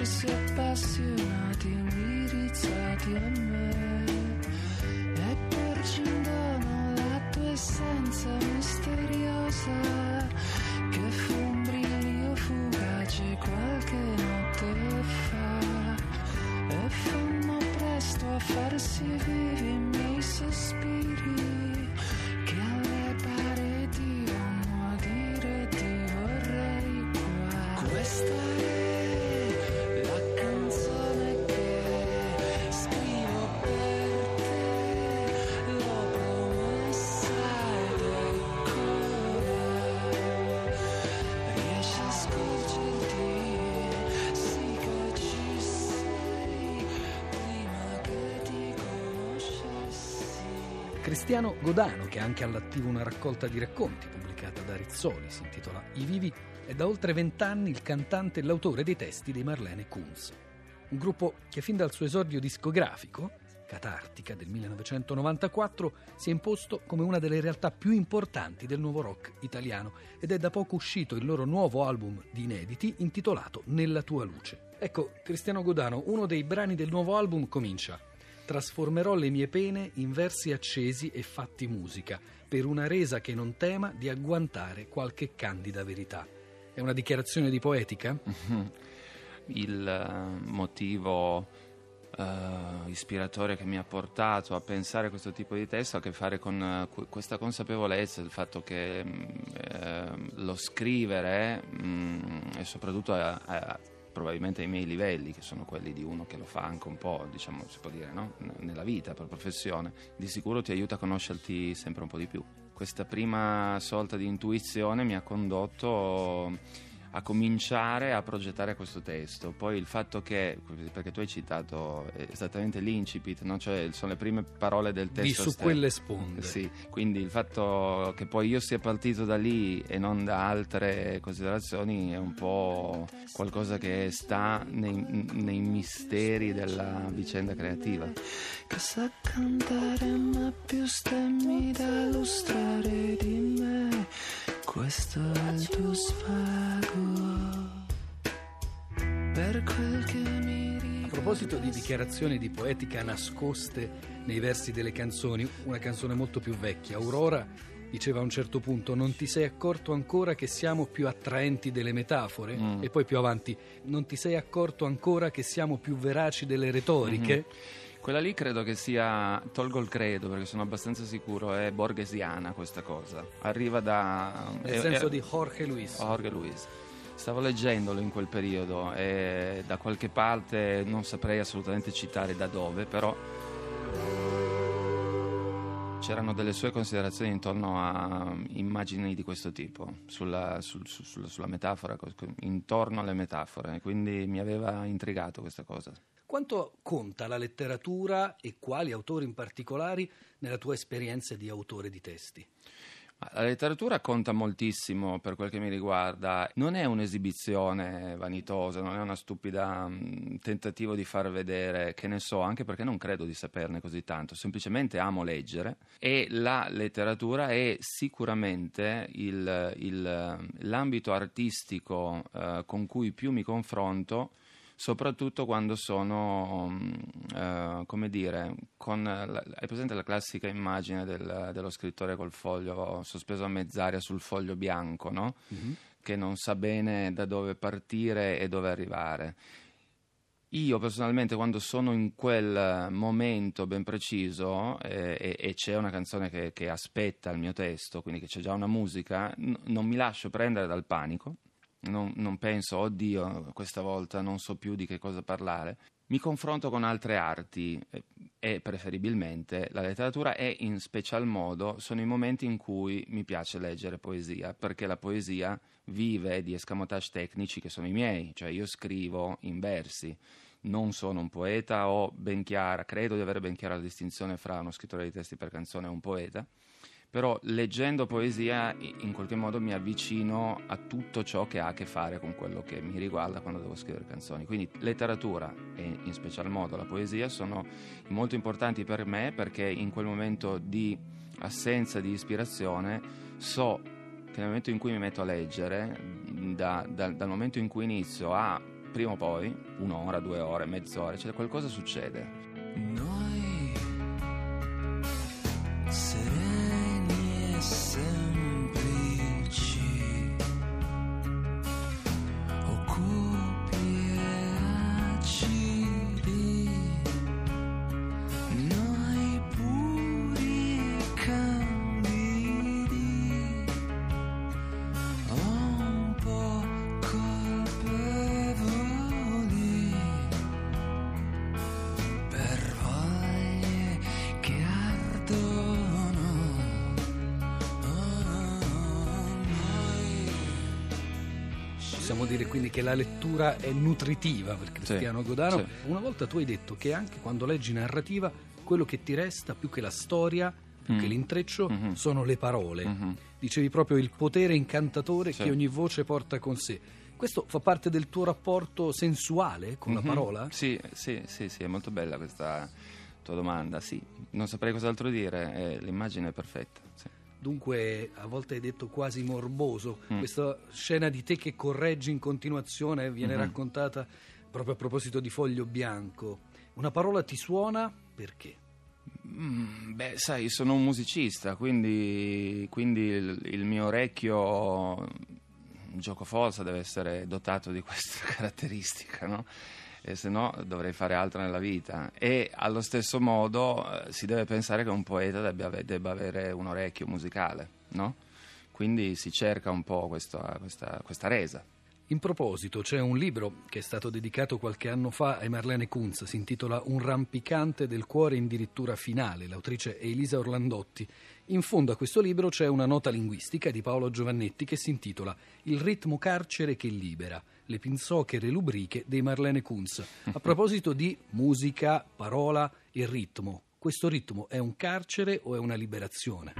così appassionati e indirizzati a me, e percendono la tua essenza misteriosa, che fu un brilio fugace qualche notte fa, e fanno presto a farsi vivi i miei sospiri, che alle pareti vanno a dire ti vorrei qua. Questa è la canzone che scrivo per te, l'ho promessa ed eccola, riesci a scorgerti, sì che ci sei, prima che ti conoscessi. Cristiano Godano, che ha anche all'attivo una raccolta di racconti pubblicata da Rizzoli, si intitola I Vivi, è da oltre 20 anni il cantante e l'autore dei testi dei Marlene Kunz. Un gruppo che fin dal suo esordio discografico, Catartica del 1994, si è imposto come una delle realtà più importanti del nuovo rock italiano, ed è da poco uscito il loro nuovo album di inediti intitolato Nella tua luce. Ecco, Cristiano Godano, uno dei brani del nuovo album comincia: trasformerò le mie pene in versi accesi e fatti musica, per una resa che non tema di agguantare qualche candida verità. È una dichiarazione di poetica? Il motivo ispiratore che mi ha portato a pensare questo tipo di testo ha a che fare con questa consapevolezza del fatto che lo scrivere e soprattutto probabilmente ai miei livelli, che sono quelli di uno che lo fa anche un po', diciamo, si può dire, no? Nella vita, per professione, di sicuro ti aiuta a conoscerti sempre un po' di più. Questa prima sorta di intuizione mi ha condotto a cominciare a progettare questo testo. Poi il fatto che, perché tu hai citato esattamente l'incipit, no? Cioè sono le prime parole del testo Di su stesso. quelle sponde. Sì, quindi il fatto che poi io sia partito da lì e non da altre considerazioni è un po' qualcosa che sta nei misteri della vicenda creativa. Che sa cantare ma più stemmi da lustrare di me, questo è il tuo svago, per quel che mi ricordo. A proposito di dichiarazioni di poetica nascoste nei versi delle canzoni, una canzone molto più vecchia, Aurora, diceva a un certo punto: non ti sei accorto ancora che siamo più attraenti delle metafore? E poi più avanti: non ti sei accorto ancora che siamo più veraci delle retoriche? Quella lì credo che sia, tolgo il credo perché sono abbastanza sicuro, è borghesiana questa cosa. Arriva da... Nel senso di Jorge Luis. Jorge Luis. Stavo leggendolo in quel periodo e da qualche parte, non saprei assolutamente citare da dove, però c'erano delle sue considerazioni intorno a immagini di questo tipo, sulla metafora, intorno alle metafore, quindi mi aveva intrigato questa cosa. Quanto conta la letteratura e quali autori in particolare nella tua esperienza di autore di testi? La letteratura conta moltissimo per quel che mi riguarda, non è un'esibizione vanitosa, non è una stupida tentativo di far vedere, che ne so, anche perché non credo di saperne così tanto, semplicemente amo leggere, e la letteratura è sicuramente l'ambito artistico con cui più mi confronto, soprattutto quando sono, come dire, hai presente la classica immagine dello scrittore col foglio sospeso a mezz'aria sul foglio bianco, no? Mm-hmm. Che non sa bene da dove partire e dove arrivare. Io personalmente, quando sono in quel momento ben preciso e c'è una canzone che aspetta il mio testo, quindi che c'è già una musica, non mi lascio prendere dal panico. Non penso, oddio, questa volta non so più di che cosa parlare. Mi confronto con altre arti e preferibilmente la letteratura, e in special modo sono i momenti in cui mi piace leggere poesia, perché la poesia vive di escamotage tecnici che sono i miei, cioè io scrivo in versi, non sono un poeta, ho ben chiara, credo di avere ben chiara la distinzione fra uno scrittore di testi per canzone e un poeta. Però leggendo poesia in qualche modo mi avvicino a tutto ciò che ha a che fare con quello che mi riguarda quando devo scrivere canzoni. Quindi letteratura e in special modo la poesia sono molto importanti per me, perché in quel momento di assenza di ispirazione so che nel momento in cui mi metto a leggere, dal momento in cui inizio a prima o poi, 1 ora, 2 ore, mezz'ora, cioè qualcosa succede. Noi sereni e semplici, occupi e acidi, noi puri e candidi, un po' colpevoli per voglie che ardono. Possiamo dire quindi che la lettura è nutritiva per Cristiano Godano. sì. Una volta tu hai detto che anche quando leggi narrativa, quello che ti resta più che la storia, più che l'intreccio, sono le parole. Dicevi proprio il potere incantatore Sì. che ogni voce porta con sé. Questo fa parte del tuo rapporto sensuale con la parola? Sì, è molto bella questa tua domanda, sì. Non saprei cos'altro dire, l'immagine è perfetta. Sì. Dunque, a volte hai detto quasi morboso, questa scena di te che correggi in continuazione viene raccontata proprio a proposito di Foglio Bianco. Una parola ti suona perché? Beh, sai, sono un musicista, quindi il mio orecchio giocoforza deve essere dotato di questa caratteristica, no? E se no dovrei fare altro nella vita. E allo stesso modo si deve pensare che un poeta debba avere un orecchio musicale, no? Quindi si cerca un po' questa resa. In proposito, c'è un libro che è stato dedicato qualche anno fa a Marlene Kunz, si intitola Un rampicante del cuore in dirittura finale, l'autrice è Elisa Orlandotti. In fondo a questo libro c'è una nota linguistica di Paolo Giovannetti che si intitola Il ritmo carcere che libera, le pinzochere lubriche dei Marlene Kunz. A proposito di musica, parola e ritmo, questo ritmo è un carcere o è una liberazione?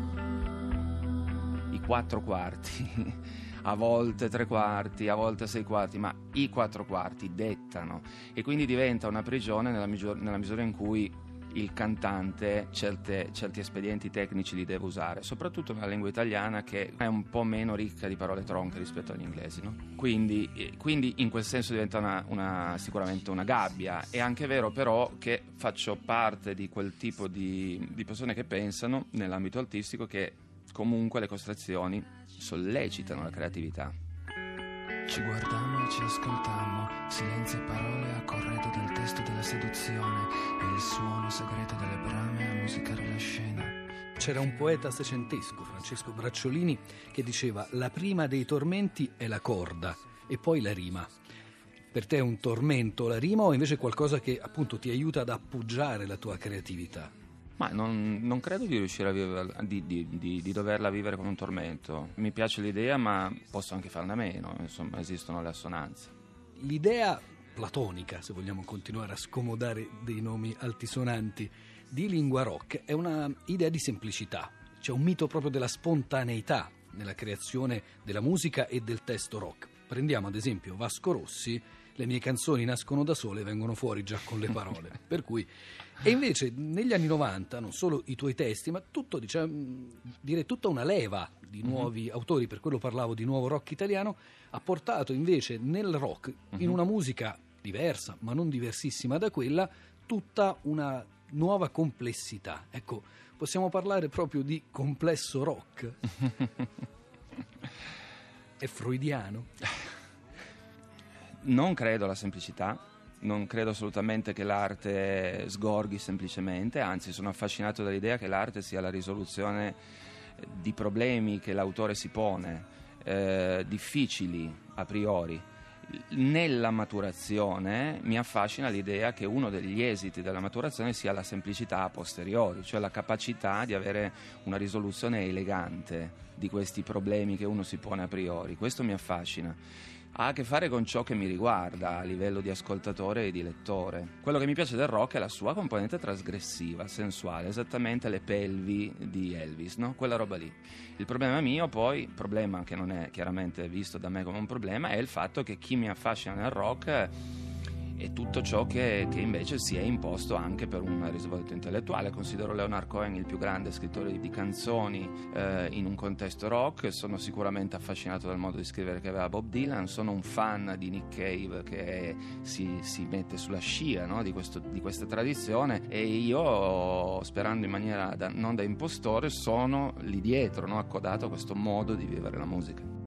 I 4/4, a volte 3/4, a volte 6/4, ma i 4/4 dettano e quindi diventa una prigione nella misura in cui il cantante certi espedienti tecnici li deve usare, soprattutto nella lingua italiana che è un po' meno ricca di parole tronche rispetto agli inglesi, no? Quindi in quel senso diventa sicuramente una gabbia. È anche vero però che faccio parte di quel tipo di persone che pensano nell'ambito artistico che comunque le costrizioni sollecitano la creatività. Ci guardammo e ci ascoltammo, silenzio e parole a corredo del testo della seduzione e il suono segreto delle brame a musicare la scena. C'era un poeta secentesco, Francesco Bracciolini, che diceva la prima dei tormenti è la corda e poi la rima. Per te è un tormento la rima o invece qualcosa che appunto ti aiuta ad appoggiare la tua creatività? Ma non credo di riuscire a viverla, di doverla vivere come un tormento. Mi piace l'idea, ma posso anche farne a meno, insomma, esistono le assonanze. L'idea platonica, se vogliamo continuare a scomodare dei nomi altisonanti, di lingua rock è una idea di semplicità. C'è un mito proprio della spontaneità nella creazione della musica e del testo rock. Prendiamo ad esempio Vasco Rossi, le mie canzoni nascono da sole e vengono fuori già con le parole. Per cui, e invece negli anni 90 non solo i tuoi testi, ma direi tutta una leva di nuovi autori, per quello parlavo di nuovo rock italiano, ha portato invece nel rock, in una musica diversa, ma non diversissima da quella, tutta una nuova complessità. Ecco, possiamo parlare proprio di complesso rock? È freudiano? Non credo alla semplicità, non credo assolutamente che l'arte sgorghi semplicemente, anzi sono affascinato dall'idea che l'arte sia la risoluzione di problemi che l'autore si pone, difficili a priori. Nella maturazione mi affascina l'idea che uno degli esiti della maturazione sia la semplicità a posteriori, cioè la capacità di avere una risoluzione elegante di questi problemi che uno si pone a priori. Questo mi affascina. Ha a che fare con ciò che mi riguarda a livello di ascoltatore e di lettore. Quello che mi piace del rock è la sua componente trasgressiva, sensuale, esattamente le pelvi di Elvis, no? Quella roba lì. Il problema mio poi, problema che non è chiaramente visto da me come un problema, è il fatto che chi mi affascina nel rock e tutto ciò che invece si è imposto anche per un risvolto intellettuale. Considero Leonard Cohen il più grande scrittore di canzoni in un contesto rock. Sono sicuramente affascinato dal modo di scrivere che aveva Bob Dylan, sono un fan di Nick Cave che si mette sulla scia, no, di questa tradizione, e io, sperando in maniera non da impostore, sono lì dietro, no, accodato a questo modo di vivere la musica.